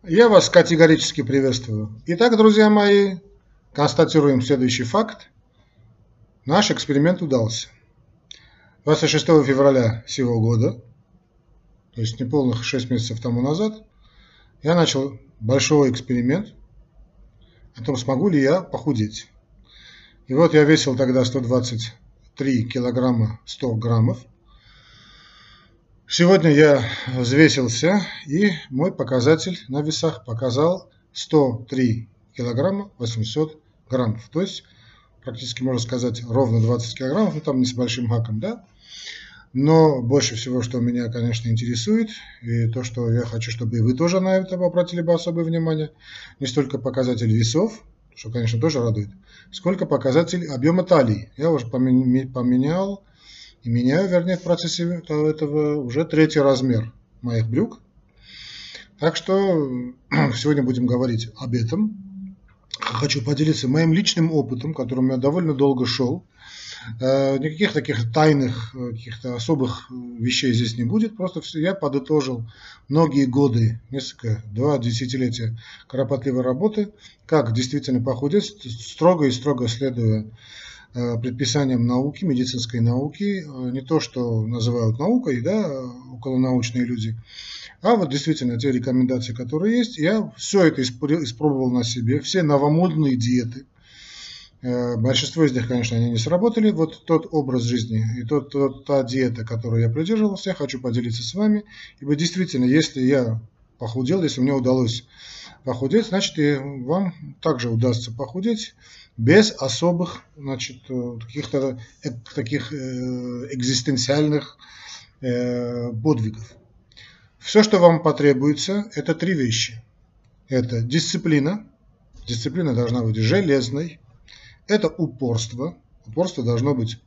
Я вас категорически приветствую. Итак, друзья мои, констатируем следующий факт. Наш эксперимент удался. 26 февраля сего года, то есть неполных 6 месяцев тому назад, я начал большой эксперимент о том, смогу ли я похудеть. И вот я весил тогда 123 килограмма 100 граммов. Сегодня я взвесился, и мой показатель на весах показал 103 килограмма 800 граммов. То есть, практически можно сказать, ровно 20 килограммов, ну там не с большим гаком, да. Но больше всего, что меня, конечно, интересует, и то, что я хочу, чтобы и вы тоже на это обратили бы особое внимание, не столько показатель весов, что, конечно, тоже радует, сколько показатель объема талии. Я уже поменял, и меняю, вернее, в процессе этого уже 3-й размер моих брюк. Так что сегодня будем говорить об этом. Хочу поделиться моим личным опытом, которым я довольно долго шел. Никаких таких тайных, каких-то особых вещей здесь не будет. Просто я подытожил многие годы, два десятилетия кропотливой работы, как действительно похудеть, строго и строго следуя предписаниям науки, медицинской науки, не то, что называют наукой, да, околонаучные люди, а вот действительно те рекомендации, которые есть. Я все это испробовал на себе, все новомодные диеты. Большинство из них, конечно, они не сработали. Вот тот образ жизни и та диета, которую я придерживался, я хочу поделиться с вами. Ибо действительно, если я похудел, если мне удалось похудеть, значит и вам также удастся похудеть без особых, значит, каких-то таких экзистенциальных подвигов. Все, что вам потребуется, это 3 вещи. Это дисциплина. Дисциплина должна быть железной. Это упорство. Упорство должно быть,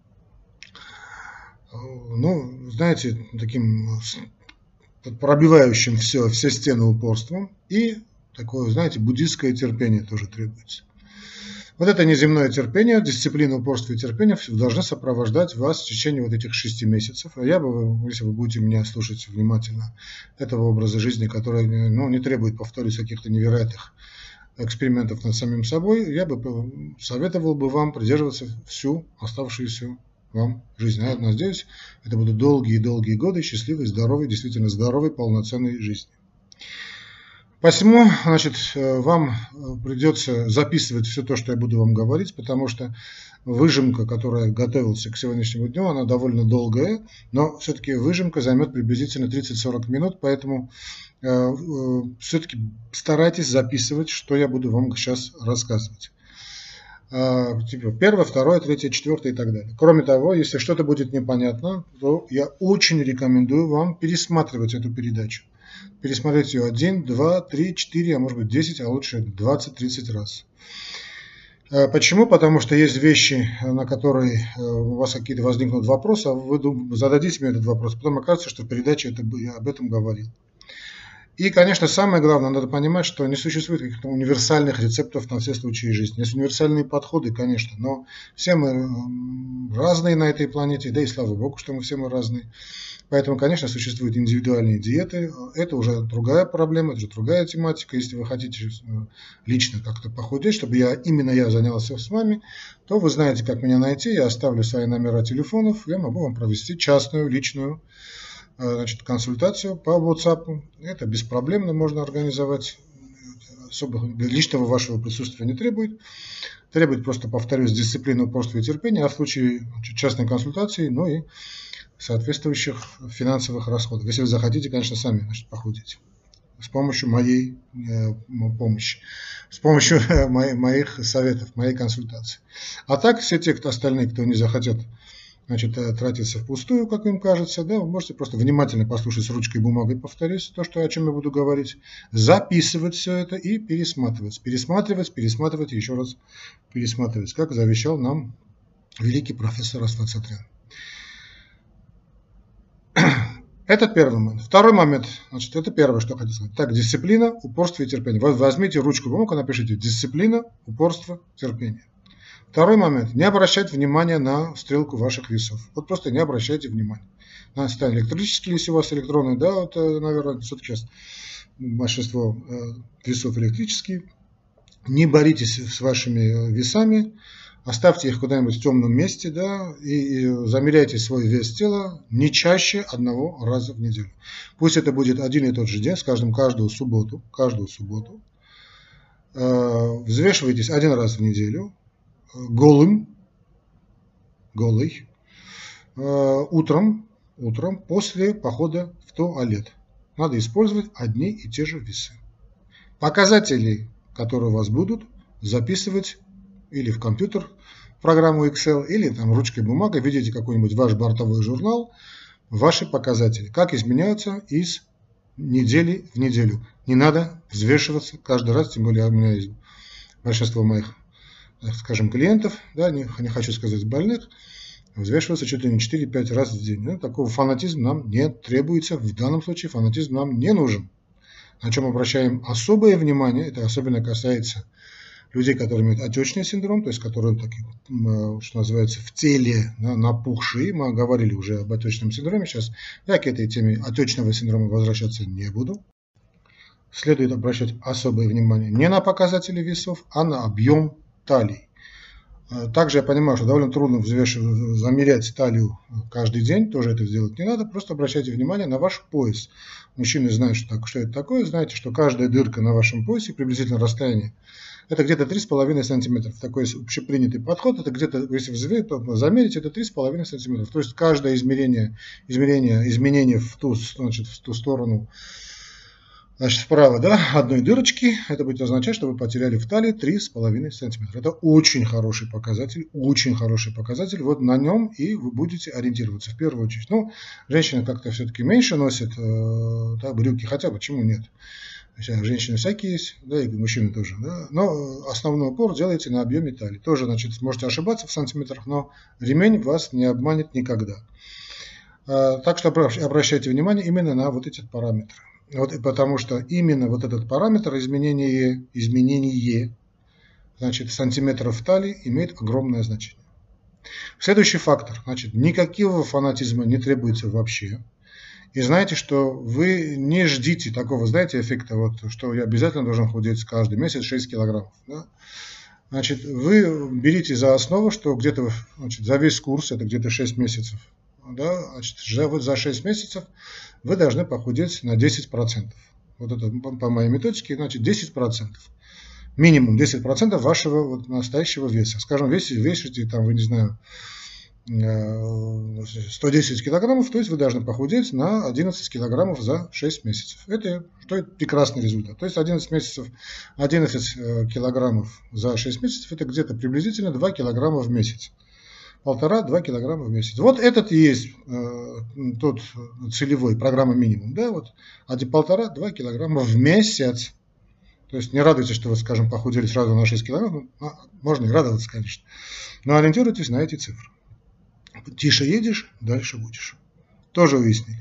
ну, знаете, таким пробивающим все стены упорством. И такое, знаете, буддистское терпение тоже требуется. Вот это неземное терпение, дисциплина, упорство и терпение должны сопровождать вас в течение вот этих 6 месяцев. А я бы, если вы будете меня слушать внимательно, этого образа жизни, который, ну, не требует, повторюсь, каких-то невероятных экспериментов над самим собой, я бы советовал бы вам придерживаться всю оставшуюся вам жизнь. Я надеюсь, это будут долгие-долгие годы счастливой, здоровой, действительно здоровой, полноценной жизни. Посему, значит, вам придется записывать все то, что я буду вам говорить, потому что выжимка, которая готовился к сегодняшнему дню, она довольно долгая, но все-таки выжимка займет приблизительно 30-40 минут, поэтому все-таки старайтесь записывать, что я буду вам сейчас рассказывать. Типа 1, 2, 3, 4 и так далее. Кроме того, если что-то будет непонятно, то я очень рекомендую вам пересматривать эту передачу. Пересмотреть ее 1, 2, 3, 4, а может быть 10, а лучше 20-30 раз. Почему? Потому что есть вещи, на которые у вас какие-то возникнут вопросы, а вы зададите мне этот вопрос, потом окажется, что в передаче я об этом говорил. И, конечно, самое главное, надо понимать, что не существует каких-то универсальных рецептов на все случаи жизни. Есть универсальные подходы, конечно, но все мы разные на этой планете, да и слава богу, что мы все разные. Поэтому, конечно, существуют индивидуальные диеты. Это уже другая проблема, это уже другая тематика. Если вы хотите лично как-то похудеть, чтобы именно я занялся с вами, то вы знаете, как меня найти. Я оставлю свои номера телефонов, я могу вам провести частную, личную, значит, консультацию по WhatsApp. Это беспроблемно можно организовать. Особо личного вашего присутствия не требует. Требует просто, повторюсь, дисциплины, упорства и терпения, а в случае частной консультации, ну и соответствующих финансовых расходов. Если вы захотите, конечно, сами, значит, похудеть. С помощью моей помощи, с помощью моих советов, моей консультации. А так, все те, кто остальные, кто не захотят, значит, тратиться впустую, как им кажется, да, вы можете просто внимательно послушать с ручкой и бумагой, повторюсь, то, о чем я буду говорить, записывать все это и пересматривать, и еще раз пересматривать, как завещал нам великий профессор Асфат Сатрян. Это первый момент. Второй момент, значит, это первое, что хотел сказать. Так, дисциплина, упорство и терпение. Вы возьмите ручку, бумагу, напишите дисциплина, упорство, терпение. Второй момент. Не обращать внимания на стрелку ваших весов. Вот просто не обращайте внимания. На электрические, если у вас электронные, да, вот, наверное, все-таки сейчас большинство весов электрические. Не боритесь с вашими весами, оставьте их куда-нибудь в темном месте, да, и замеряйте свой вес тела не чаще одного раза в неделю. Пусть это будет один и тот же день, скажем, каждую субботу. Взвешивайтесь один раз в неделю, голый, утром после похода в туалет. Надо использовать одни и те же весы. Показатели, которые у вас будут, записывать или в компьютер, в программу Excel, или там ручкой бумагой, видите какой-нибудь ваш бортовой журнал, ваши показатели, как изменяются из недели в неделю. Не надо взвешиваться каждый раз, тем более у меня есть большинство моих, так скажем, клиентов, да, не хочу сказать больных, взвешиваться чуть ли не 4-5 раз в день. Ну, такого фанатизма нам не требуется, в данном случае фанатизм нам не нужен. На чем обращаем особое внимание, это особенно касается людей, которые имеют отечный синдром, то есть которые, что называется, в теле, да, напухшие. Мы говорили уже об отечном синдроме, сейчас я к этой теме отечного синдрома возвращаться не буду. Следует обращать особое внимание не на показатели весов, а на объем талии. Также я понимаю, что довольно трудно замерять талию каждый день, тоже это сделать не надо, просто обращайте внимание на ваш пояс. Мужчины знают, что это такое, знаете, что каждая дырка на вашем поясе, приблизительно расстояние, это где-то 3,5 см. Такой общепринятый подход, это где-то, если замерить, это 3,5 см. То есть каждое изменение в ту сторону, значит, вправо, да, одной дырочки, это будет означать, что вы потеряли в талии 3,5 см. Это очень хороший показатель, вот на нем и вы будете ориентироваться в первую очередь. Ну, женщины как-то все-таки меньше носят брюки, хотя почему нет? Женщины всякие есть, да, и мужчины тоже, да, но основной упор делайте на объеме талии. Тоже, значит, можете ошибаться в сантиметрах, но ремень вас не обманет никогда. Так что обращайте внимание именно на вот эти параметры. Потому что именно вот этот параметр изменение, значит, сантиметров в талии имеет огромное значение. Следующий фактор, значит, никакого фанатизма не требуется вообще. И знаете, что вы не ждите такого, знаете, эффекта, вот, что я обязательно должен худеть каждый месяц 6 килограммов. Да? Значит, вы берите за основу, что где-то, значит, за весь курс, это где-то 6 месяцев, да, значит, вот за 6 месяцев вы должны похудеть на 10%. Вот это по моей методике, значит, 10%. Минимум 10% вашего вот настоящего веса. Скажем, весите, там, вы не знаю, 110 килограммов, то есть вы должны похудеть на 11 килограммов за 6 месяцев. Это прекрасный результат. То есть 11 килограммов за 6 месяцев, это где-то приблизительно 2 килограмма в месяц. 1,5-2 килограмма в месяц. Вот этот и есть тот целевой, программа минимум. Да, вот 1,5-2 килограмма в месяц. То есть не радуйтесь, что вы, скажем, похудели сразу на 6 килограммов. Можно и радоваться, конечно. Но ориентируйтесь на эти цифры. Тише едешь, дальше будешь. Тоже уяснили.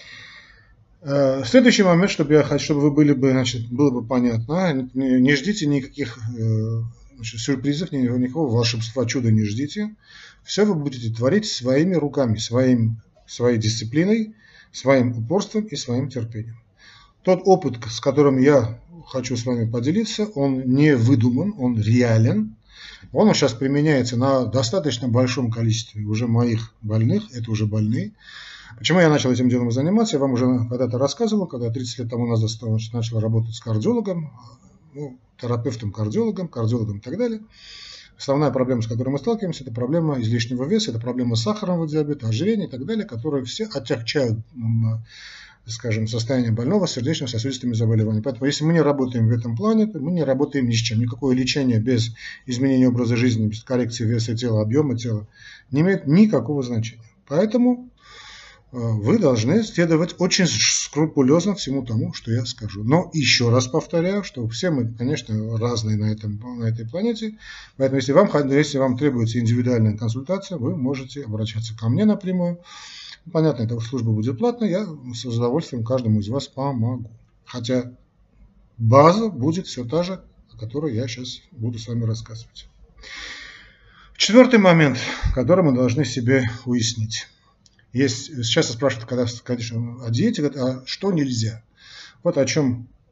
Следующий момент, чтобы вы были бы, значит, было бы понятно, не ждите никаких сюрпризов, никакого волшебства, чуда не ждите. Все вы будете творить своими руками, своей дисциплиной, своим упорством и своим терпением. Тот опыт, с которым я хочу с вами поделиться, он не выдуман, он реален. Он сейчас применяется на достаточно большом количестве уже моих больных, это уже больные. Почему я начал этим делом заниматься? Я вам уже когда-то рассказывал, когда 30 лет тому назад начал работать с кардиологом, терапевтом-кардиологом, кардиологом и так далее. Основная проблема, с которой мы сталкиваемся, это проблема излишнего веса, это проблема сахарного диабета, ожирения и так далее, которые все отягчают, скажем, состояние больного с сердечно-сосудистыми заболеваниями. Поэтому если мы не работаем в этом плане, то мы не работаем ни с чем. Никакое лечение без изменения образа жизни, без коррекции веса тела, объема тела не имеет никакого значения. Поэтому вы должны следовать очень скрупулезно всему тому, что я скажу. Но еще раз повторяю, что все мы, конечно, разные на этой планете. Поэтому если вам требуется индивидуальная консультация, вы можете обращаться ко мне напрямую. Понятно, эта служба будет платной, я с удовольствием каждому из вас помогу. Хотя база будет все та же, о которой я сейчас буду с вами рассказывать. Четвертый момент, который мы должны себе уяснить. Сейчас спрашивают, конечно, о диете, говорят, а что нельзя? Вот о чем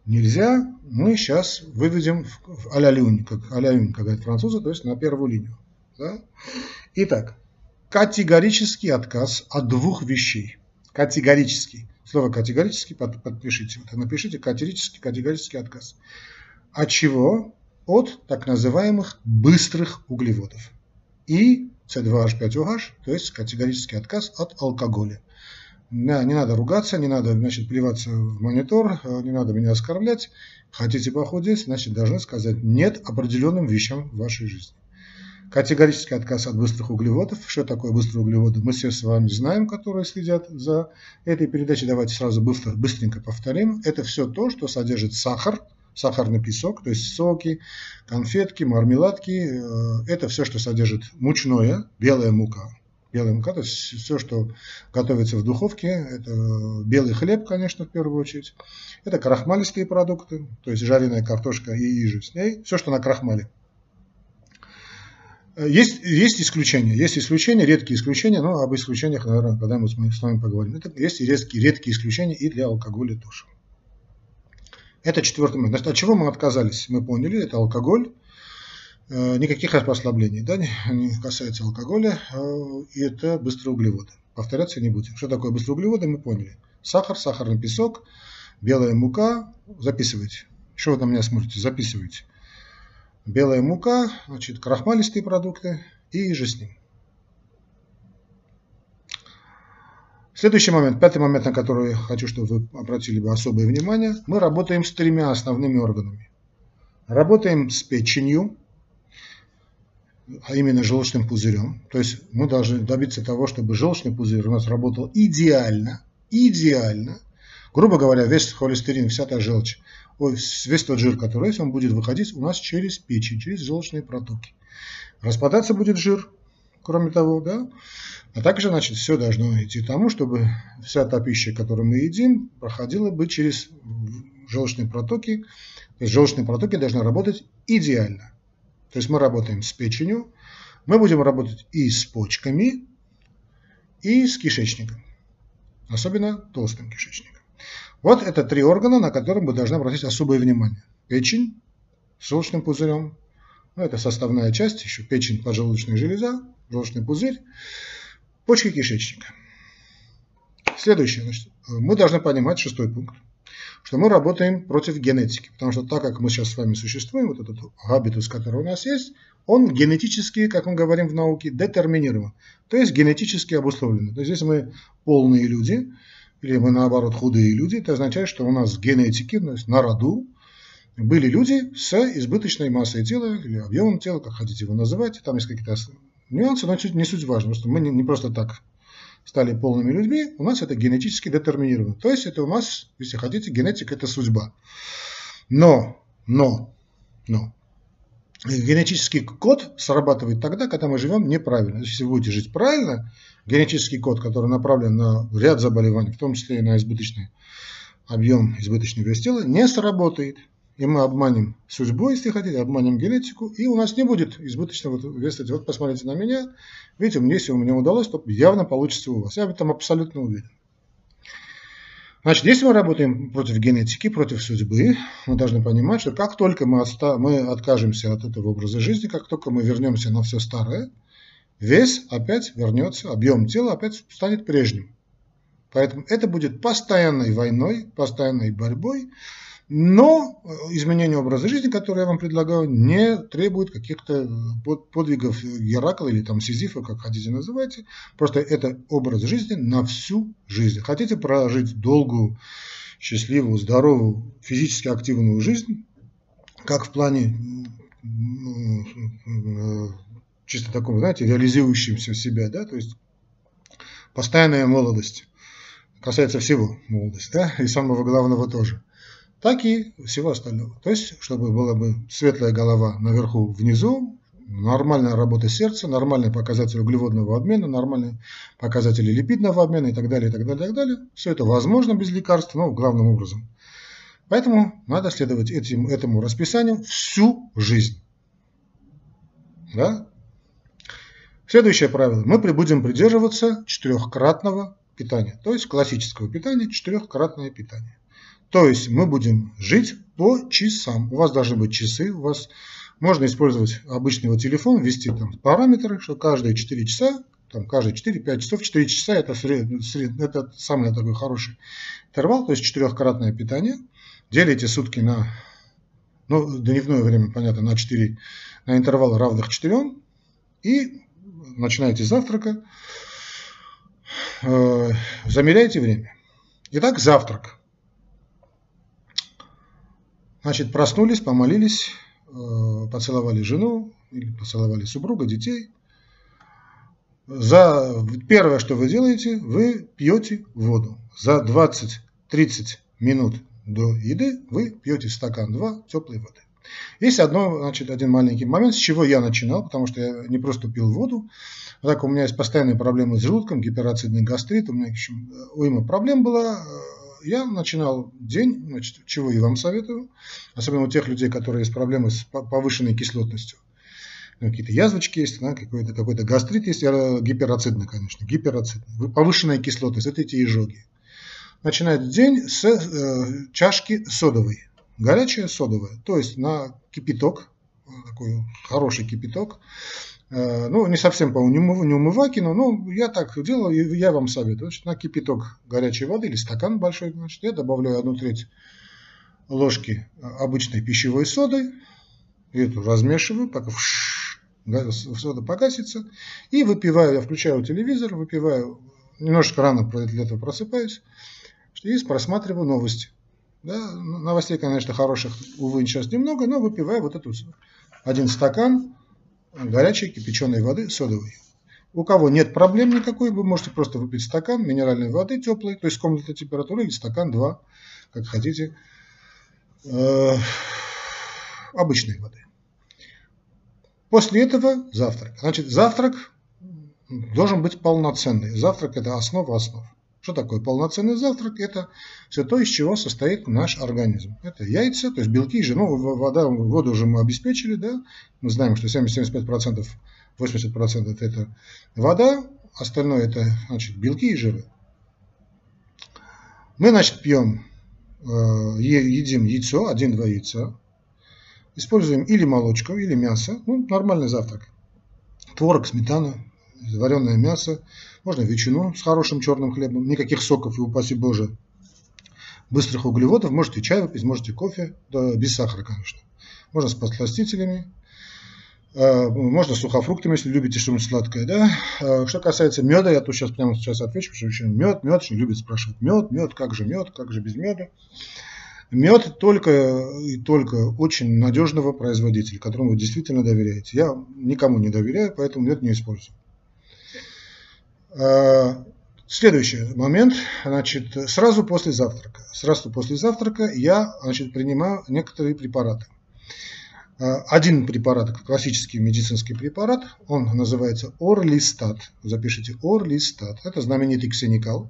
нельзя, мы сейчас выведем в а-ля люнь, как говорят французы, то есть на первую линию. Да? Итак, категорический отказ от двух вещей. Категорический. Слово категорический подпишите. Вот, напишите категорический отказ. От чего? От так называемых быстрых углеводов. И С2H5OH, то есть категорический отказ от алкоголя. Да, не надо ругаться, не надо, значит, плеваться в монитор, не надо меня оскорблять. Хотите похудеть, значит, должны сказать нет определенным вещам в вашей жизни. Категорический отказ от быстрых углеводов. Что такое быстрые углеводы? Мы все с вами знаем, которые следят за этой передачей. Давайте сразу быстренько повторим. Это все то, что содержит сахар, сахарный песок, то есть соки, конфетки, мармеладки. Это все, что содержит мучное, белая мука. Белая мука, то есть все, что готовится в духовке, это белый хлеб, конечно, в первую очередь. Это крахмалистые продукты, то есть жареная картошка и иже с ней. Все, что на крахмале. Есть исключения, редкие исключения, но об исключениях, наверное, когда мы с вами поговорим. Это есть и редкие исключения и для алкоголя тоже. Это четвертый момент. Значит, от чего мы отказались? Мы поняли, это алкоголь. Никаких послаблений, да, не касается алкоголя, и это быстрые углеводы. Повторяться не будем. Что такое быстрые углеводы, мы поняли. Сахар, сахарный песок, белая мука. Записывайте. Что вы на меня смотрите? Записывайте. Белая мука, значит, крахмалистые продукты и же с ним. Следующий момент, пятый момент, на который хочу, чтобы вы обратили бы особое внимание. Мы работаем с тремя основными органами. Работаем с печенью, а именно желчным пузырем. То есть мы должны добиться того, чтобы желчный пузырь у нас работал идеально. Грубо говоря, весь холестерин, вся та желчь, весь тот жир, который есть, он будет выходить у нас через печень, через желчные протоки. Распадаться будет жир, кроме того, да. А также, значит, все должно идти к тому, чтобы вся та пища, которую мы едим, проходила бы через желчные протоки. То есть желчные протоки должны работать идеально. То есть мы работаем с печенью, мы будем работать и с почками, и с кишечником. Особенно толстым кишечником. Вот это три органа, на которые мы должны обратить особое внимание. Печень с желчным пузырем. Ну, это составная часть, еще печень, поджелудочная железа, желчный пузырь, почки кишечника. Следующее. Значит, мы должны понимать, шестой пункт, что мы работаем против генетики. Потому что так как мы сейчас с вами существуем, вот этот габитус, который у нас есть, он генетически, как мы говорим в науке, детерминирован. То есть генетически обусловлен. То есть если мы полные люди, или мы наоборот худые люди, это означает, что у нас в генетике, то есть на роду, были люди с избыточной массой тела, или объемом тела, как хотите его называть. Там есть какие-то нюансы, но не суть важно, потому что мы не просто так стали полными людьми, у нас это генетически детерминировано. То есть это у нас, если хотите, генетика – это судьба. Но генетический код срабатывает тогда, когда мы живем неправильно. Если вы будете жить правильно, генетический код, который направлен на ряд заболеваний, в том числе и на избыточный объем, избыточный вес тела, не сработает. И мы обманем судьбу, если хотите, обманем генетику, и у нас не будет избыточного веса. Вот посмотрите на меня, видите, если у меня удалось, то явно получится у вас. Я в этом абсолютно уверен. Значит, если мы работаем против генетики, против судьбы, мы должны понимать, что как только мы откажемся от этого образа жизни, как только мы вернемся на все старое, вес опять вернется, объем тела опять станет прежним. Поэтому это будет постоянной войной, постоянной борьбой, но изменение образа жизни, которое я вам предлагаю, не требует каких-то подвигов Геракла или там Сизифа, как хотите называйте. Просто это образ жизни на всю жизнь. Хотите прожить долгую, счастливую, здоровую, физически активную жизнь, как в плане чисто таком, знаете, реализующемся себя, да, то есть постоянная молодость, касается всего молодости, да, и самого главного тоже. Так и всего остального. То есть, чтобы была бы светлая голова наверху, внизу, нормальная работа сердца, нормальные показатели углеводного обмена, нормальные показатели липидного обмена и так далее, и так далее, и так далее. Все это возможно без лекарств, но главным образом. Поэтому надо следовать этому расписанию всю жизнь. Да? Следующее правило. Мы будем придерживаться четырехкратного питания. То есть классического питания, четырехкратное питание. То есть мы будем жить по часам. У вас должны быть часы, у вас можно использовать обычный вот телефон, ввести там параметры, что каждые 4 часа, там каждые 4-5 часов, 4 часа это это самый такой хороший интервал, то есть 4-кратное питание. Делите сутки на, ну, дневное время, понятно, на 4, на интервалы равных 4, и начинаете с завтрака, замеряете время. Итак, завтрак. Значит, проснулись, помолились, поцеловали жену, или поцеловали супруга, детей. Первое, что вы делаете, вы пьете воду. За 20-30 минут до еды вы пьете стакан-два теплой воды. Есть один маленький момент, с чего я начинал, потому что я не просто пил воду. Так, у меня есть постоянные проблемы с желудком, гиперацидный гастрит, у меня еще уйма проблем была. Я начинал день, значит, чего и вам советую, особенно у тех людей, которые есть проблемы с повышенной кислотностью. Какие-то язвочки есть, да, какой-то гастрит есть, гиперацидный, конечно, гиперацидный. Повышенная кислотность, это эти изжоги. Начинает день с чашки содовой, горячая содовая, то есть на кипяток, такой хороший кипяток. Ну, не совсем, по-моему, не умывайки, но я так делал, и я вам советую. Значит, на кипяток горячей воды или стакан большой, значит, я добавляю 1/3 ложки обычной пищевой соды, эту размешиваю, пока сода погасится, и выпиваю, я включаю телевизор, выпиваю, немножко рано для этого просыпаюсь, и просматриваю новости. Да, новостей, конечно, хороших, увы, сейчас немного, но выпиваю вот эту 1 стакан горячей кипяченой воды содовой. У кого нет проблем никакой, вы можете просто выпить стакан минеральной воды теплой, то есть комнатной температуры, или стакан 2, как хотите, обычной воды. После этого завтрак. Значит, завтрак должен быть полноценный. Завтрак – это основа основ. Что такое полноценный завтрак? Это все то, из чего состоит наш организм. Это яйца, то есть белки, воду уже мы обеспечили, да? Мы знаем, что 70-75%, 80% это вода, остальное это, значит, белки и жиры. Мы, значит, едим яйцо, 1-2 яйца, используем или молочко, или мясо, нормальный завтрак. Творог, сметана, вареное мясо, можно ветчину с хорошим черным хлебом, никаких соков и, упаси Боже, быстрых углеводов, можете чай выпить, можете кофе, да, без сахара, конечно. Можно с подсластителями, можно с сухофруктами, если любите что-нибудь сладкое. Да? Что касается меда, я тут прямо сейчас отвечу, потому что мед очень любят спрашивать. Мед, как же без меда? Мед только и только очень надежного производителя, которому вы действительно доверяете. Я никому не доверяю, поэтому мед не использую. Следующий момент, значит, сразу после завтрака я, значит, принимаю некоторые препараты. Один препарат, классический медицинский препарат, он называется Орлистат. Запишите Орлистат. Это знаменитый ксеникал.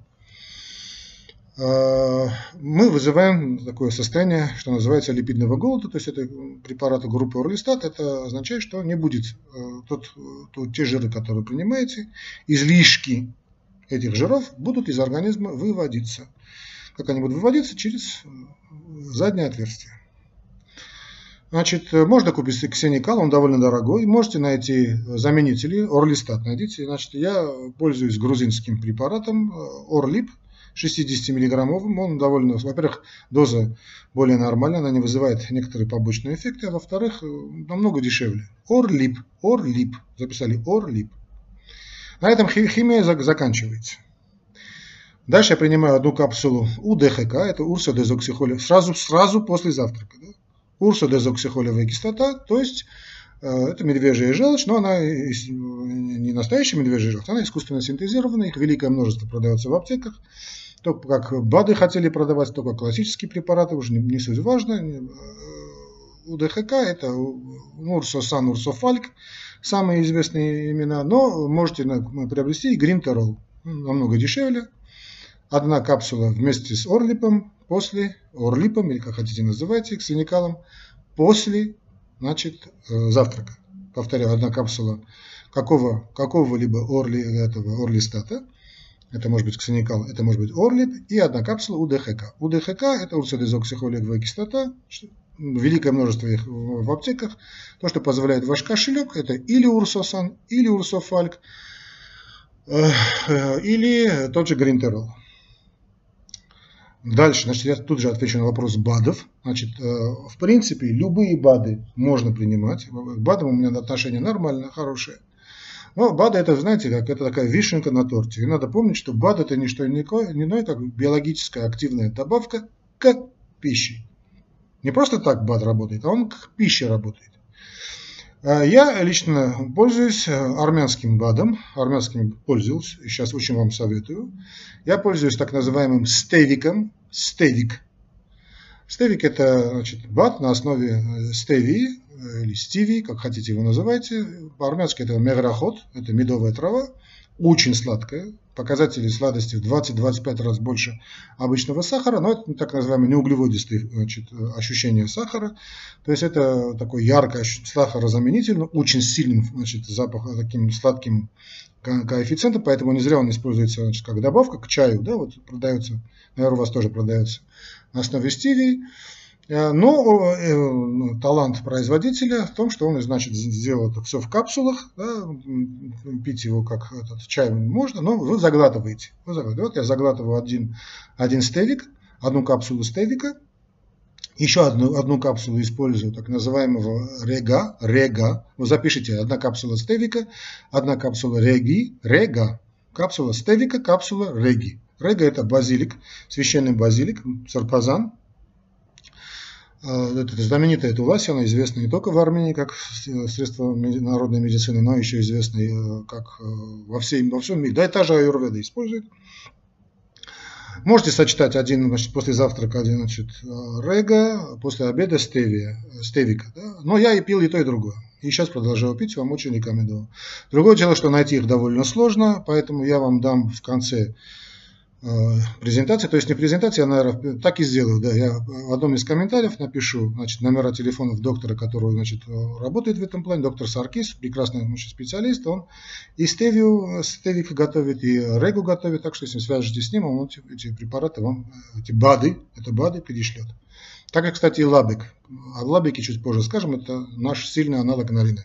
Мы вызываем такое состояние, что называется липидного голода, то есть это препараты группы Орлистат. Это означает, что не будет те жиры, которые принимаете, излишки этих жиров будут из организма выводиться. Как они будут выводиться? Через заднее отверстие. Значит, можно купить ксеникал, он довольно дорогой. Можете найти заменители, Орлистат найдите. Значит, я пользуюсь грузинским препаратом Орлип, 60-миллиграммовым. Он довольно, во-первых, доза более нормальная, она не вызывает некоторые побочные эффекты, а во-вторых, намного дешевле. Орлип, записали Орлип. На этом химия заканчивается. Дальше я принимаю 1 капсулу УДХК, это урсодезоксихолевая, сразу после завтрака. Да? Урсодезоксихолевая кислота, то есть это медвежья желчь, но она не настоящая медвежья желчь, она искусственно синтезированная, их великое множество продается в аптеках. То, как БАДы хотели продавать, то, как классические препараты, уже не суть важно. УДХК это Урсосан, Урсофальк, самые известные имена, но можете приобрести и Гринтерол, намного дешевле. 1 капсула вместе с Орлипом, Орлипом, или как хотите называйте, ксеникалом, после, значит, завтрака. Повторяю, 1 капсула какого-либо Орлистата это может быть ксеникал, это может быть орлип, и одна капсула УДХК. УДХК это урсодезоксихолиговая кислота, великое множество их в аптеках. То, что позволяет ваш кошелек, это или урсосан, или урсофальк, или тот же гринтерол. Дальше, значит, я тут же отвечу на вопрос БАДов. Значит, в принципе, любые БАДы можно принимать. К БАДам у меня отношение нормально, хорошее. Но БАДы, это, знаете, как это такая вишенка на торте. И надо помнить, что БАД это не что иное, как биологическая активная добавка к пище. Не просто так БАД работает, а он к пище работает. Я лично пользуюсь армянским БАДом, армянским пользовался, и сейчас очень вам советую. Я пользуюсь так называемым стевиком, стевик. Стевик это, значит, БАД на основе стевии, или стивии, как хотите его называйте. По-армянски это меграхот, это медовая трава, очень сладкая. Показатели сладости в 20-25 раз больше обычного сахара, но это так называемый неуглеводистый, значит, ощущение сахара. То есть это такой яркий сахарозаменитель, но очень сильным, значит, запахом, таким сладким коэффициентом, поэтому не зря он используется, значит, как добавка к чаю. Да, вот продается, наверное, у вас тоже продается на основе стевии. Но талант производителя в том, что он, значит, сделал это все в капсулах, да, пить его как этот чай можно, но вы заглатываете. Вот я заглатываю один стевик, одну капсулу стевика, еще одну капсулу использую так называемого рега. Вы запишите: одна капсула стевика, одна капсула рега. Капсула стевика, капсула реги. Рега это базилик, священный базилик, сарпазан. Это знаменитая туласи, она известна не только в Армении как средство народной медицины, но еще известна как во всем мире. Да и та же аюрведа использует. Можете сочетать один, значит, после завтрака один, значит, рега, после обеда стевика. Да? Но я и пил и то, и другое. И сейчас продолжаю пить, вам очень рекомендую. Другое дело, что найти их довольно сложно, поэтому я вам дам в конце презентации, то есть не презентация, я, наверное, так и сделаю. Да, я в одном из комментариев напишу, значит, номера телефонов доктора, который, значит, работает в этом плане, доктор Саркис, прекрасный, значит, специалист, он и стевик готовит, и регу готовит, так что если свяжетесь с ним, он эти препараты вам, эти БАДы перешлет. Так как, кстати, и лабик. О лабике чуть позже скажем, это наш сильный аналог нарины.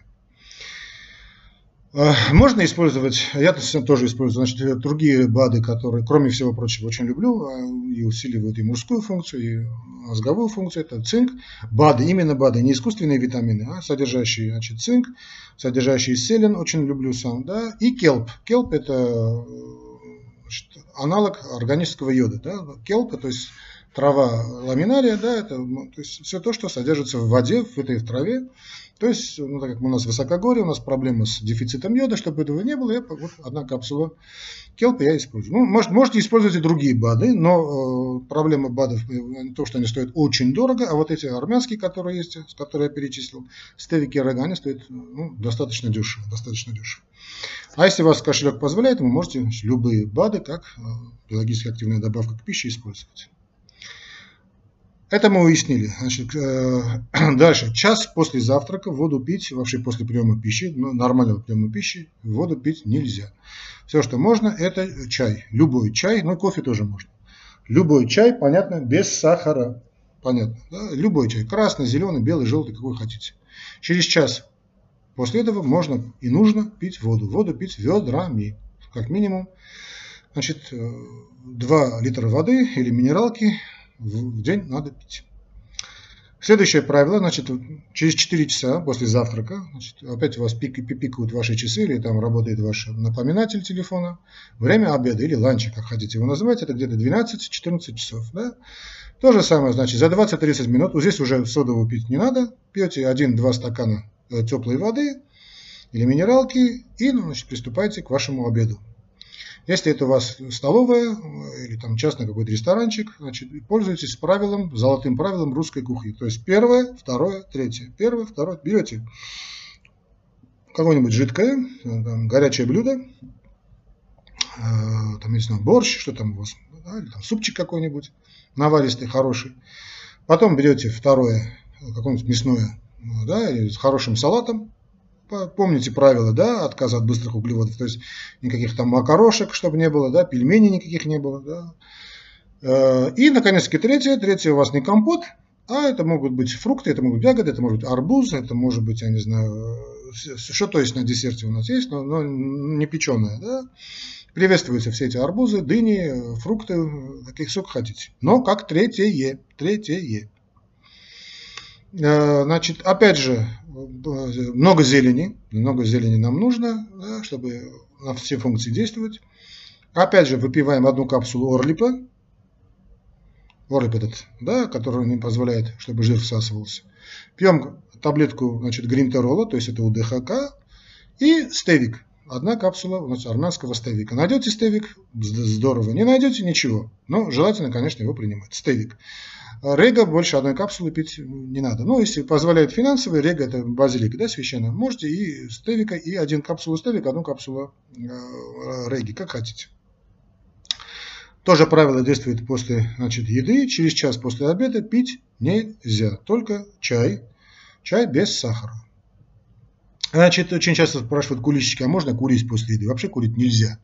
Можно использовать, я тоже использую, значит, другие БАДы, которые, кроме всего прочего, очень люблю и усиливают и мужскую функцию, и мозговую функцию. Это цинк, БАДы, именно БАДы, не искусственные витамины, а содержащие, значит, цинк, содержащие селен, очень люблю сам, да, и келп. Келп это, значит, аналог органического йода, да, келп, то есть трава ламинария, да, это, то есть все то, что содержится в воде, в этой траве. То есть, ну, так как у нас высокогорье, у нас проблемы с дефицитом йода, чтобы этого не было, вот одна капсула келпа я использую. Ну, можете использовать и другие БАДы, но проблема БАДов не то, что они стоят очень дорого, а вот эти армянские, которые есть, которые я перечислил, стевики и рега, они стоят, ну, достаточно дешево. А если у вас кошелек позволяет, вы можете, значит, любые БАДы, как биологически активная добавка к пище, использовать. Это мы уяснили. Значит, дальше. Час после завтрака воду пить, вообще после приема пищи, нормального приема пищи, воду пить нельзя. Все, что можно, это чай. Любой чай, но кофе тоже можно. Любой чай, понятно, без сахара. Понятно. Да? Любой чай. Красный, зеленый, белый, желтый, какой хотите. Через час после этого можно и нужно пить воду. Воду пить ведрами. Как минимум. Значит, 2 литра воды или минералки в день надо пить. Следующее правило, значит, через 4 часа после завтрака, значит, опять у вас пикают ваши часы, или там работает ваш напоминатель телефона, время обеда или ланча, как хотите его называть, это где-то 12-14 часов. Да? То же самое, значит, за 20-30 минут, вот здесь уже содовую пить не надо, пьете 1-2 стакана теплой воды или минералки и, значит, приступайте к вашему обеду. Если это у вас столовая или там частный какой-то ресторанчик, значит, пользуйтесь правилом, золотым правилом русской кухни. То есть первое, второе, третье. Первое, второе. Берете какое-нибудь жидкое, там, горячее блюдо, там, не знаю, борщ, что там у вас, да, или там супчик какой-нибудь, наваристый, хороший. Потом берете второе, какое-нибудь мясное, да, или с хорошим салатом. помните правила, да, отказа от быстрых углеводов, то есть никаких там макарошек, чтобы не было, да, пельменей никаких не было, да. И, наконец-таки, третье у вас не компот, а это могут быть фрукты, это могут быть ягоды, это может быть арбуз, это может быть, я не знаю, что то есть на десерте у нас есть, но не печеное, да. Приветствуются все эти арбузы, дыни, фрукты, каких сколько хотите. Но как третье. Значит, опять же, много зелени нам нужно, да, чтобы на все функции действовать. Опять же, выпиваем одну капсулу орлипа. Орлип этот, да, который не позволяет, чтобы жир всасывался. Пьем таблетку, значит, гринтерола, то есть это УДХК, и стевик. Одна капсула, значит, армянского стевика. Найдете стевик, здорово. Не найдете, ничего. Но желательно, конечно, его принимать. Стевик. Рега больше одной капсулы пить не надо. Ну, если позволяет финансовые, рега это базилика, да, священная. Можете и стевика, и один капсулу стевика, одну капсулу реги, как хотите. Тоже правило действует после, значит, еды. Через час после обеда пить нельзя. Только чай. Чай без сахара. Значит, очень часто спрашивают курильщики, а можно курить после еды? Вообще курить нельзя.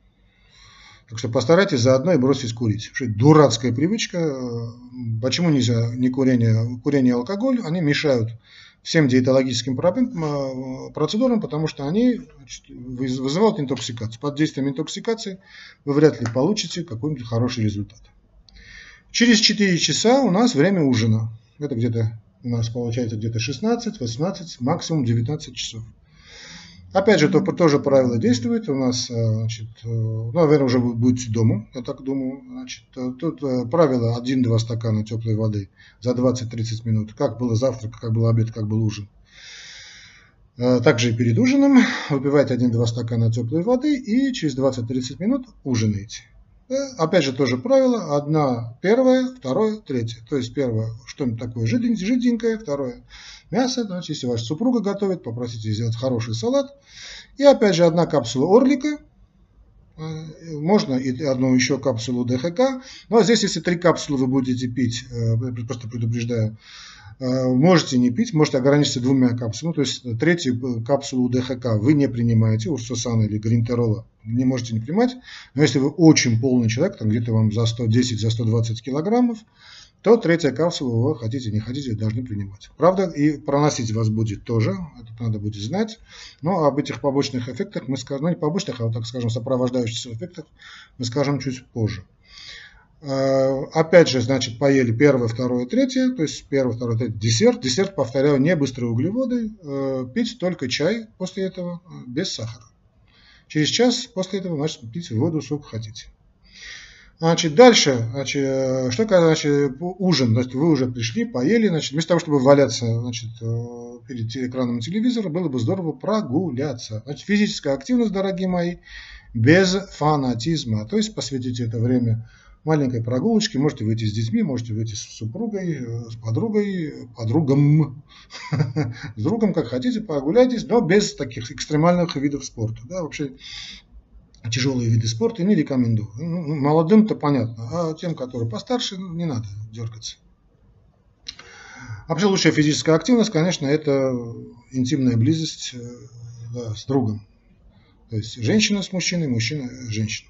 Так что постарайтесь заодно и бросить курить. Потому что дурацкая привычка. Почему нельзя не курение и алкоголь? Они мешают всем диетологическим процедурам, потому что они, значит, вызывают интоксикацию. Под действием интоксикации вы вряд ли получите какой-нибудь хороший результат. Через 4 часа у нас время ужина. Это где-то у нас получается где-то 16, 18, максимум 19 часов. Опять же, тоже правило действует. У нас, значит, наверное, уже будете дома, я так думаю. Значит, тут правило 1-2 стакана теплой воды за 20-30 минут. Как было завтрак, как был обед, как был ужин. Также и перед ужином выпиваете 1-2 стакана теплой воды и через 20-30 минут ужинаете. Опять же, тоже правило. Одна первое, второе, третье. То есть первое что-нибудь такое жиденькое, второе мясо. Значит, если ваша супруга готовит, попросите сделать хороший салат. И опять же, одна капсула орлика. Можно и одну еще капсулу ДХК. Но здесь, если 3 капсулы вы будете пить, просто предупреждаю, можете не пить, можете ограничиться 2 капсулами. То есть третью капсулу ДХК вы не принимаете, урсусана или гринтерола не можете не принимать. Но если вы очень полный человек, там где-то вам за 110, за 120 килограммов, то третья капсула вы хотите, не хотите, должны принимать. Правда, и проносить вас будет тоже, это надо будет знать. Но об этих побочных эффектах мы скажем, ну не побочных, а, так скажем, сопровождающих эффектах мы скажем чуть позже. Опять же, значит, поели первое, второе, третье, то есть первое, второе, третье, десерт. Десерт, повторяю, не быстрые углеводы, пить только чай после этого без сахара. Через час после этого, значит, пить воду, сколько хотите. Значит, дальше, значит, что значит, ужин, значит, вы уже пришли, поели, значит, вместо того, чтобы валяться, значит, перед экраном телевизора, было бы здорово прогуляться. Значит, физическая активность, дорогие мои, без фанатизма, то есть посвятите это время маленькой прогулочке, можете выйти с детьми, можете выйти с супругой, с подругой, подругом, с другом, как хотите, прогуляйтесь, но без таких экстремальных видов спорта. Да, вообще тяжелые виды спорта не рекомендую. Ну, молодым-то понятно, а тем, которые постарше, не надо дергаться. Вообще лучшая физическая активность, конечно, это интимная близость, да, с другом. То есть женщина с мужчиной, мужчина с женщиной.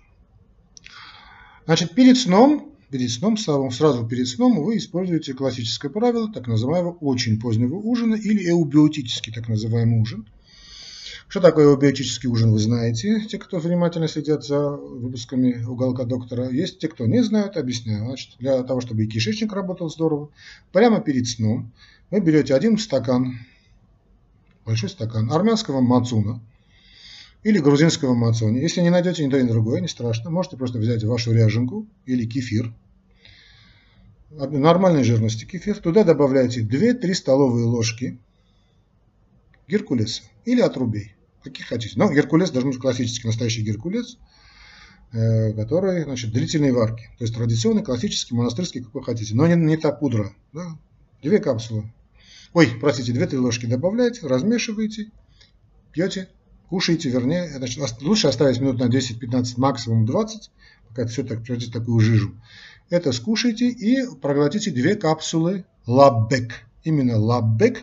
Значит, перед сном, сразу перед сном вы используете классическое правило так называемого очень позднего ужина или эубиотический так называемый ужин. Что такое эубиотический ужин, вы знаете, те, кто внимательно следят за выпусками «Уголка доктора». Есть те, кто не знает, объясняю. Значит, для того, чтобы и кишечник работал здорово, прямо перед сном вы берете один стакан, большой стакан армянского мацуна, или грузинского мацони. Если не найдете ни то, ни другое, не страшно. Можете просто взять вашу ряженку или кефир. Нормальной жирности кефир. Туда добавляете 2-3 столовые ложки геркулеса или отрубей. Каких хотите. Но геркулес должен быть классический, настоящий геркулес, который, значит, длительной варки. То есть традиционный, классический, монастырский, какой хотите. Но не та пудра. Да? 2 капсулы. 2-3 ложки добавляете, размешиваете, пьете. Кушайте, вернее, значит, лучше оставить минут на 10-15, максимум 20, пока это все так превратится в такую жижу. Это скушайте и проглотите 2 капсулы лаббек. Именно лаббек.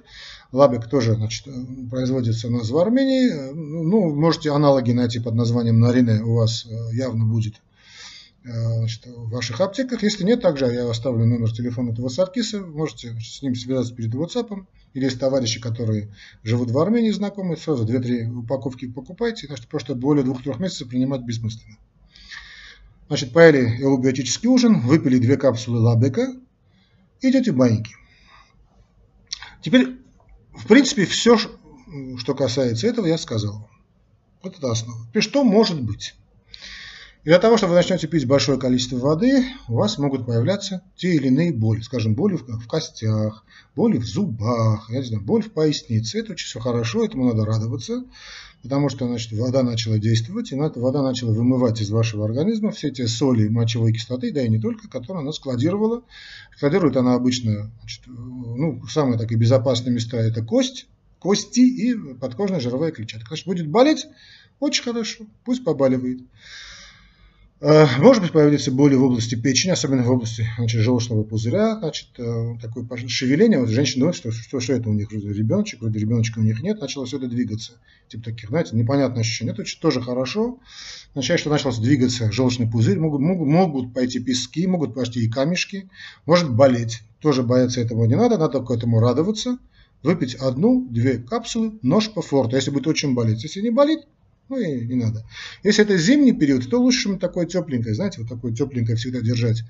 Лабек тоже, значит, производится у нас в Армении. Ну, можете аналоги найти под названием Нарине, у вас явно будет, значит, в ваших аптеках. Если нет, также я оставлю номер телефона этого Саркиса, можете, значит, с ним связаться перед WhatsApp. Или есть товарищи, которые живут в Армении, знакомые, сразу 2-3 упаковки покупайте, значит, потому что более 2-3 месяцев принимать бессмысленно. Значит, поели элубиотический ужин, выпили 2 капсулы лабека, идете в баньки. Теперь, в принципе, все, что касается этого, я сказал. Вот это основа. Теперь, что может быть? Для того, чтобы вы начнете пить большое количество воды, у вас могут появляться те или иные боли. Скажем, боли в костях, боли в зубах, я не знаю, боль в пояснице. Это очень все хорошо, этому надо радоваться, потому что, значит, вода начала действовать, и вода начала вымывать из вашего организма все те соли, мочевой кислоты, да и не только, которые она складировала. Складирует она обычно, значит, ну, самые такие безопасные места – это кости и подкожная жировая клетчатка. Значит, будет болеть очень хорошо, пусть побаливает. Может быть, появятся боли в области печени, особенно в области, значит, желчного пузыря, значит, такое шевеление. Вот женщины думают, что это у них ребеночек, вроде ребеночка у них нет, начало все это двигаться. Типа таких, знаете, непонятное ощущение. Это тоже хорошо. Означает, что начался двигаться желчный пузырь, могут пойти пески, могут пойти и камешки, может болеть. Тоже бояться этого не надо к этому радоваться. Выпить 1-2 капсулы, нож по форту, если будет очень болеть. Если не болит, ну и не надо. Если это зимний период, то лучше что-нибудь такое тепленькое, знаете, вот такое тепленькое всегда держать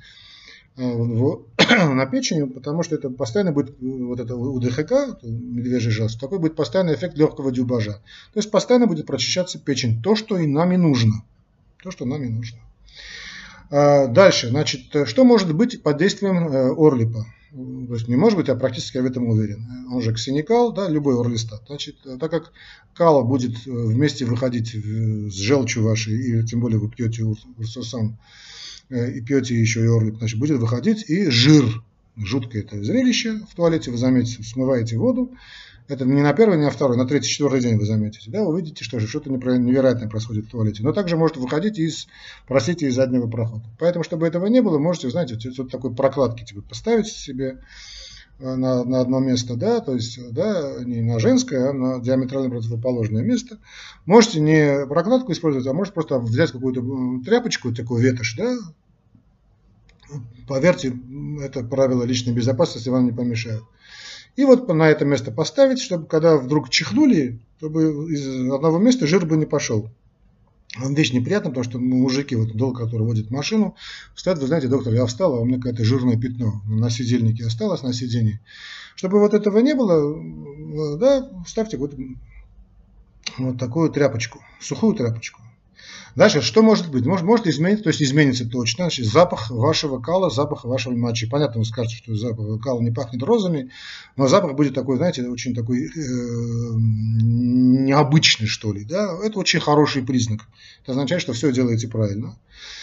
на печени, потому что это постоянно будет, вот это УДХК, медвежий желчь, такой будет постоянный эффект легкого дюбажа. То есть постоянно будет прочищаться печень, то, что и нам и нужно. То, что нам и нужно. Дальше, значит, что может быть под действием орлипа? То есть не может быть, а практически я в этом уверен. Он же ксеникал, да, любой орлистат. Значит, так как кал будет вместе выходить с желчью вашей, и тем более вы пьете урсусан, и пьете еще и орлип, значит, будет выходить и жир. Жуткое это зрелище в туалете, вы заметите, смываете воду. Это не на первый, не на второй, на третий, четвертый день вы заметите. Да, вы увидите, что что-то невероятное происходит в туалете. Но также может выходить из заднего прохода. Поэтому, чтобы этого не было, можете, знаете, вот такой прокладки типа поставить себе на одно место, да, то есть, да, не на женское, а на диаметрально противоположное место. Можете не прокладку использовать, а можете просто взять какую-то тряпочку, такую ветошь, да. Поверьте, это правило личной безопасности вам не помешает. И вот на это место поставить, чтобы когда вдруг чихнули, чтобы из одного места жир бы не пошел. Вещь неприятная, потому что мужики, вот долго, которые водят машину, стоят, вы знаете, доктор, я встал, а у меня какое-то жирное пятно на сидельнике осталось, на сиденье. Чтобы вот этого не было, да, ставьте вот такую тряпочку, сухую тряпочку. Дальше, что может быть? Может измениться, то есть изменится точно, значит, запах вашего кала, запах вашей мочи. Понятно, вы скажете, что запах кала не пахнет розами, но запах будет такой, знаете, очень такой необычный, что ли. Да? Это очень хороший признак. Это означает, что все делаете правильно.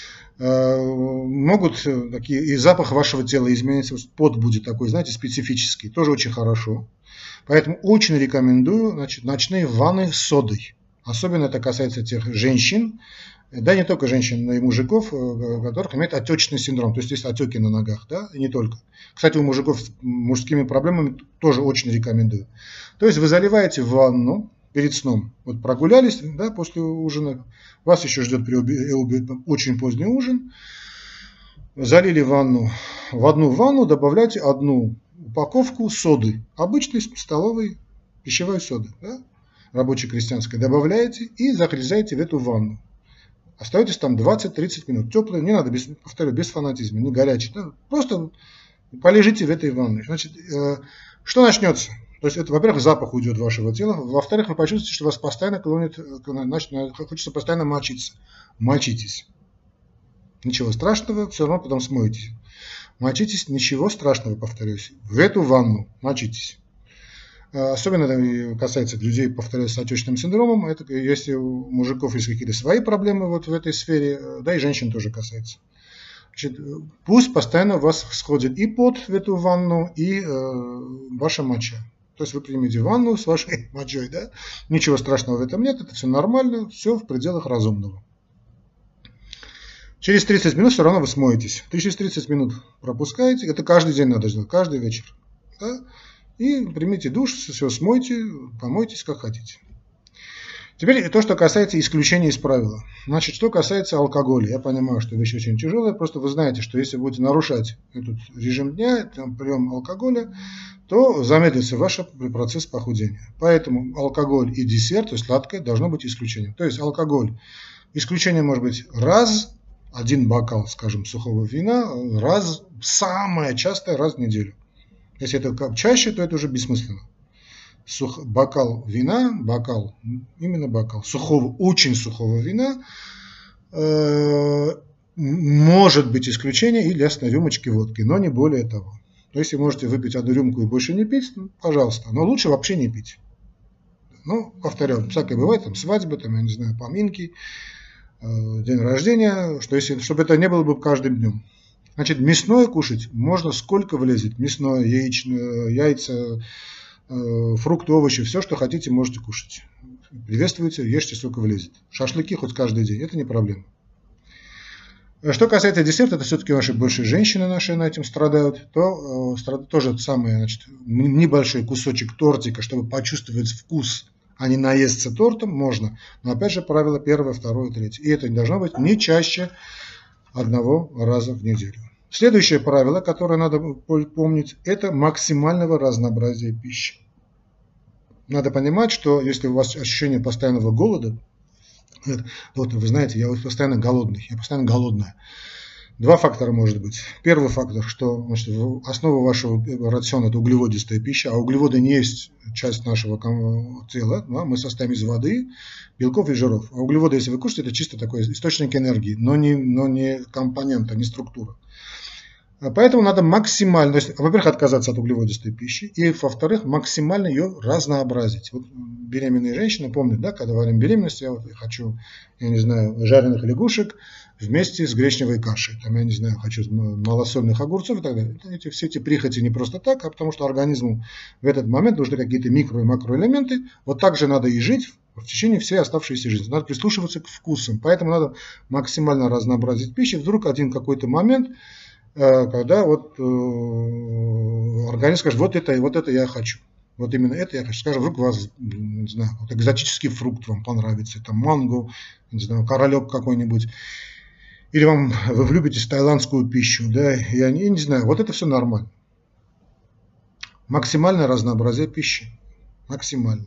Могут такие, и запах вашего тела изменится, пот будет такой, знаете, специфический, тоже очень хорошо. Поэтому очень рекомендую, значит, ночные ванны с содой. Особенно это касается тех женщин, да не только женщин, но и мужиков, у которых имеет отечный синдром, то есть есть отеки на ногах, да, и не только. Кстати, у мужиков с мужскими проблемами тоже очень рекомендую. То есть вы заливаете в ванну перед сном, вот прогулялись, да, после ужина, вас еще ждет очень поздний ужин, залили ванну, в одну ванну добавляйте 1 упаковку соды, обычной столовой пищевой соды, да, рабочей крестьянской, добавляете и залезаете в эту ванну. Остаетесь там 20-30 минут. Теплые, не надо, повторю, без фанатизма, не горячий. Да? Просто полежите в этой ванной. Значит, что начнется? То есть, это, во-первых, запах уйдет вашего тела. Во-вторых, вы почувствуете, что вас постоянно клонит, хочется постоянно мочиться. Мочитесь. Ничего страшного, все равно потом смоетесь. Мочитесь, ничего страшного, повторюсь. В эту ванну мочитесь. Особенно это касается людей, повторяю, с отечным синдромом. Это если у мужиков есть какие-то свои проблемы вот в этой сфере, да и женщин тоже касается. Значит, пусть постоянно у вас сходит и пот в эту ванну, и ваша моча. То есть вы примете ванну с вашей мочой, да? Ничего страшного в этом нет, это все нормально, все в пределах разумного. Через 30 минут все равно вы смоетесь. Через 30 минут пропускаете, это каждый день надо делать, каждый вечер. Да? и примите душ, все смойте, помойтесь, как хотите. Теперь то, что касается исключения из правила. Значит, что касается алкоголя. Я понимаю, что вещь очень тяжелая, просто вы знаете, что если будете нарушать этот режим дня, там, прием алкоголя, то замедлится ваш процесс похудения. Поэтому алкоголь и десерт, то есть сладкое, должно быть исключением. То есть алкоголь, исключение может быть один бокал, скажем, сухого вина, самое частое раз в неделю. Если это чаще, то это уже бессмысленно. Бокал вина, именно бокал сухого, очень сухого вина, может быть исключение и для рюмочки водки, но не более того. То есть, если можете выпить одну рюмку и больше не пить, пожалуйста, но лучше вообще не пить. Ну, повторяю, всякое бывает, там свадьбы, там, я не знаю, поминки, день рождения, чтобы это не было бы каждым днем. Значит, мясное кушать можно сколько влезет. Мясное, яичное, яйца, фрукты, овощи, все, что хотите, можете кушать. Приветствуйте, ешьте, сколько влезет. Шашлыки хоть каждый день, это не проблема. Что касается десерта, это все-таки наши больше женщины наши на этим страдают, то тоже самое, значит, небольшой кусочек тортика, чтобы почувствовать вкус, а не наесться тортом, можно. Но опять же правило первое, второе, третье. И это не должно быть не чаще одного раза в неделю. Следующее правило, которое надо помнить, это максимального разнообразия пищи. Надо понимать, что если у вас ощущение постоянного голода, вот вы знаете, я постоянно голодный, я постоянно голодная. Два фактора может быть. Первый фактор, что значит, основа вашего рациона – это углеводистая пища, а углеводы не есть часть нашего тела. Да? Мы состоим из воды, белков и жиров. А углеводы, если вы кушаете, это чисто такой источник энергии, но не компонента, не структура. Поэтому надо максимально, то есть, во-первых, отказаться от углеводистой пищи, и, во-вторых, максимально ее разнообразить. Вот беременные женщины помнят, да, когда во время беременности я хочу, я не знаю, жареных лягушек вместе с гречневой кашей, там, я не знаю, хочу малосольных огурцов и так далее. Все эти прихоти не просто так, а потому что организму в этот момент нужны какие-то микро- и макроэлементы. Вот так же надо и жить в течение всей оставшейся жизни. Надо прислушиваться к вкусам, поэтому надо максимально разнообразить пищу. Вдруг один какой-то момент, когда вот организм скажет, вот это я хочу. Вот именно это я хочу. Скажем, вдруг у вас, не знаю, вот экзотический фрукт вам понравится, там манго, не знаю, королек какой-нибудь. Или вы влюбитесь в таиландскую пищу, да, я не знаю, вот это все нормально. Максимальное разнообразие пищи. Максимально.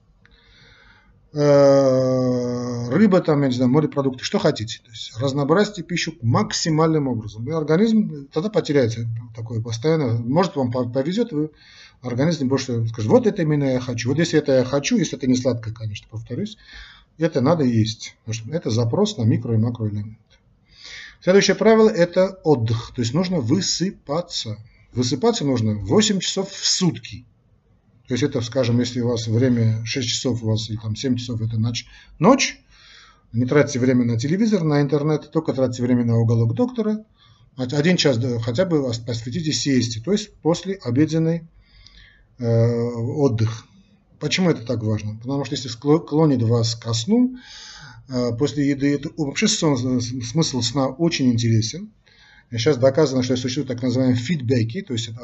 Рыба, там, я не знаю, морепродукты, что хотите. То есть разнообразьте пищу максимальным образом. И организм тогда потеряется такое постоянно. Может, вам повезет, организм больше скажет, вот это именно я хочу. Вот если это я хочу, если это не сладкое, конечно, повторюсь, это надо есть. Потому что это запрос на микро- и макроэлементы. Следующее правило – это отдых. То есть нужно высыпаться. Высыпаться нужно 8 часов в сутки. То есть это, скажем, если у вас время 6 часов у вас, или там 7 часов это ночь, не тратьте время на телевизор, на интернет, только тратьте время на уголок доктора. 1 час хотя бы посвятите сиесте, то есть после обеденный отдых. Почему это так важно? Потому что если клонит вас ко сну, после еды, это вообще смысл сна очень интересен. Сейчас доказано, что существуют так называемые фидбэки, то есть это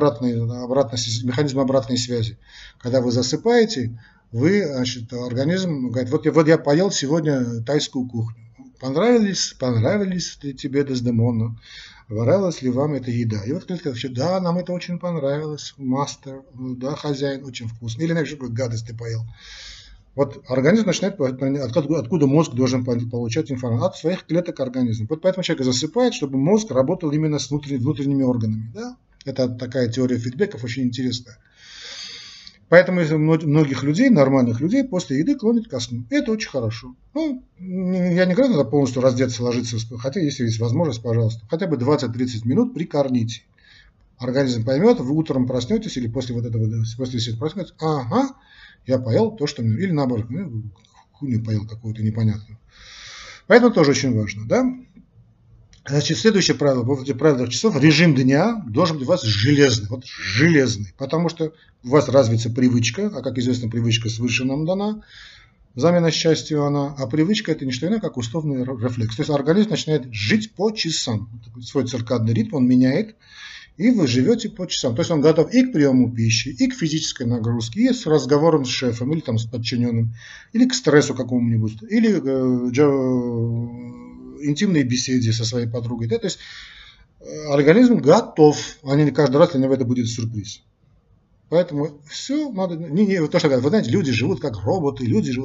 механизм обратной связи. Когда вы засыпаете, организм говорит, вот я поел сегодня тайскую кухню. Понравились ли тебе, Дездемона? Понравилась ли вам эта еда? И вот клетка вообще, да, нам это очень понравилось, мастер, да, хозяин, очень вкусно. Или иначе какую гадость ты поел. Вот организм начинает, откуда мозг должен получать информацию? От своих клеток организма. Вот поэтому человек засыпает, чтобы мозг работал именно с внутренними органами. Да? Это такая теория фидбэков, очень интересная. Поэтому многих людей, нормальных людей, после еды клонит ко сну. И это очень хорошо. Ну, я не говорю, надо полностью раздеться, ложиться, хотя если есть возможность, пожалуйста, хотя бы 20-30 минут прикорните. Организм поймет, вы утром проснетесь или после проснетесь, ага, я поел то, что мне... Или наоборот, хуйню поел какую-то непонятную. Поэтому тоже очень важно, да? Значит, следующее правило, в правилах часов, режим дня должен быть у вас железный. Вот железный. Потому что у вас развится привычка, а как известно, привычка свыше нам дана, замена счастью она, а привычка это не что иное, как условный рефлекс. То есть организм начинает жить по часам. Свой циркадный ритм он меняет. и вы живете по часам. То есть он готов и к приему пищи, и к физической нагрузке, и с разговором с шефом, или там с подчиненным, или к стрессу какому-нибудь, или интимной беседе со своей подругой. Да? То есть организм готов, а не каждый раз для него это будет сюрприз. Поэтому все надо, то, что говорят, вы знаете, люди живут как роботы,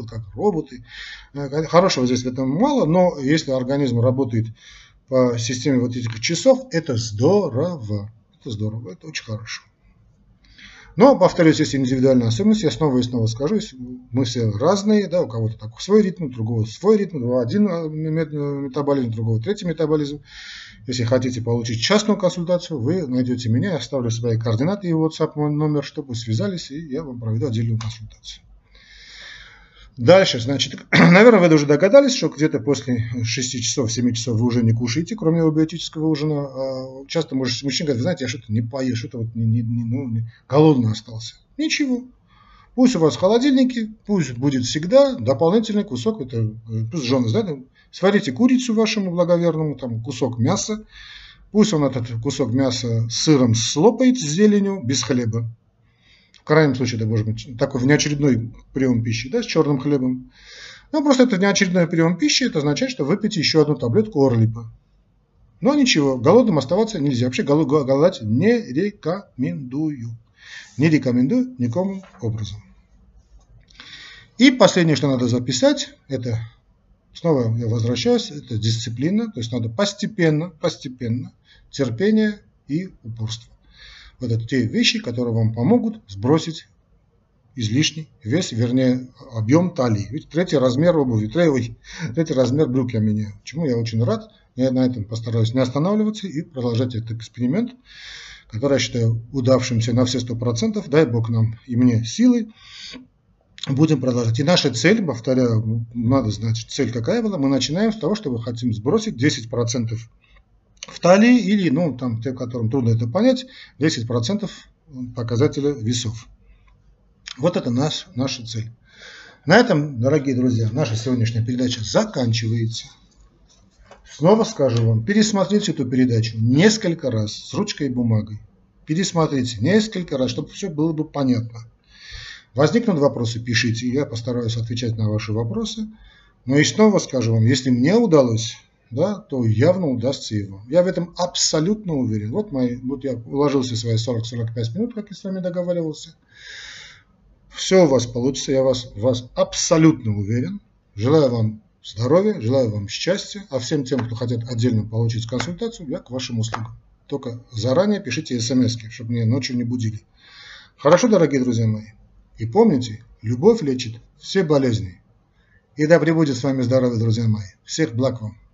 Хорошего здесь в этом мало, но если организм работает по системе вот этих часов, это здорово. Это здорово, это очень хорошо. Но, повторюсь, есть индивидуальные особенности, я снова и снова скажу, мы все разные, да, у кого-то такой свой ритм, у другого свой ритм, один метаболизм, у другого третий метаболизм. Если хотите получить частную консультацию, вы найдете меня, я оставлю свои координаты и WhatsApp мой номер, чтобы связались, и я вам проведу отдельную консультацию. Дальше, значит, наверное, вы уже догадались, что где-то после 6 часов, 7 часов вы уже не кушаете, кроме биотического ужина. Часто мужчина говорит, вы знаете, я что-то не поел, что-то вот голодный остался. Ничего. Пусть у вас в холодильнике, пусть будет всегда дополнительный кусок, это пусть жены, да, сварите курицу вашему благоверному, там кусок мяса, пусть он этот кусок мяса с сыром слопает, с зеленью, без хлеба. В крайнем случае, это может быть такой внеочередной прием пищи, да, с черным хлебом. Но просто это неочередной прием пищи, это означает, что выпейте еще одну таблетку Орлипа. Но ничего, голодным оставаться нельзя. Вообще голодать не рекомендую. Не рекомендую никаким образом. И последнее, что надо записать, это, снова я возвращаюсь, это дисциплина. То есть надо постепенно, терпение и упорство. Вот это те вещи, которые вам помогут сбросить излишний вес, вернее, объем талии. Ведь третий размер обуви, третий размер брюк я меняю. Чему я очень рад. Я на этом постараюсь не останавливаться и продолжать этот эксперимент, который я считаю удавшимся на все 100%. Дай Бог нам и мне силы. Будем продолжать. И наша цель, повторяю, надо знать, цель какая была. Мы начинаем с того, что мы хотим сбросить 10% в талии или, ну, там, те, которым трудно это понять, 10% показателя весов. Вот это наша цель. На этом, дорогие друзья, наша сегодняшняя передача заканчивается. Снова скажу вам, пересмотрите эту передачу несколько раз с ручкой и бумагой. Пересмотрите несколько раз, чтобы все было бы понятно. Возникнут вопросы, пишите, я постараюсь отвечать на ваши вопросы. Но и снова скажу вам, если мне удалось, да, то явно удастся и вам. Я в этом абсолютно уверен. Вот я уложился в свои 40-45 минут, как я с вами договаривался. Все у вас получится, я вас абсолютно уверен. Желаю вам здоровья, желаю вам счастья. А всем тем, кто хотят отдельно получить консультацию, я к вашим услугам. Только заранее пишите смс-ки, чтобы меня ночью не будили. Хорошо, дорогие друзья мои? И помните, любовь лечит все болезни. И да пребудет с вами здоровье, друзья мои. Всех благ вам.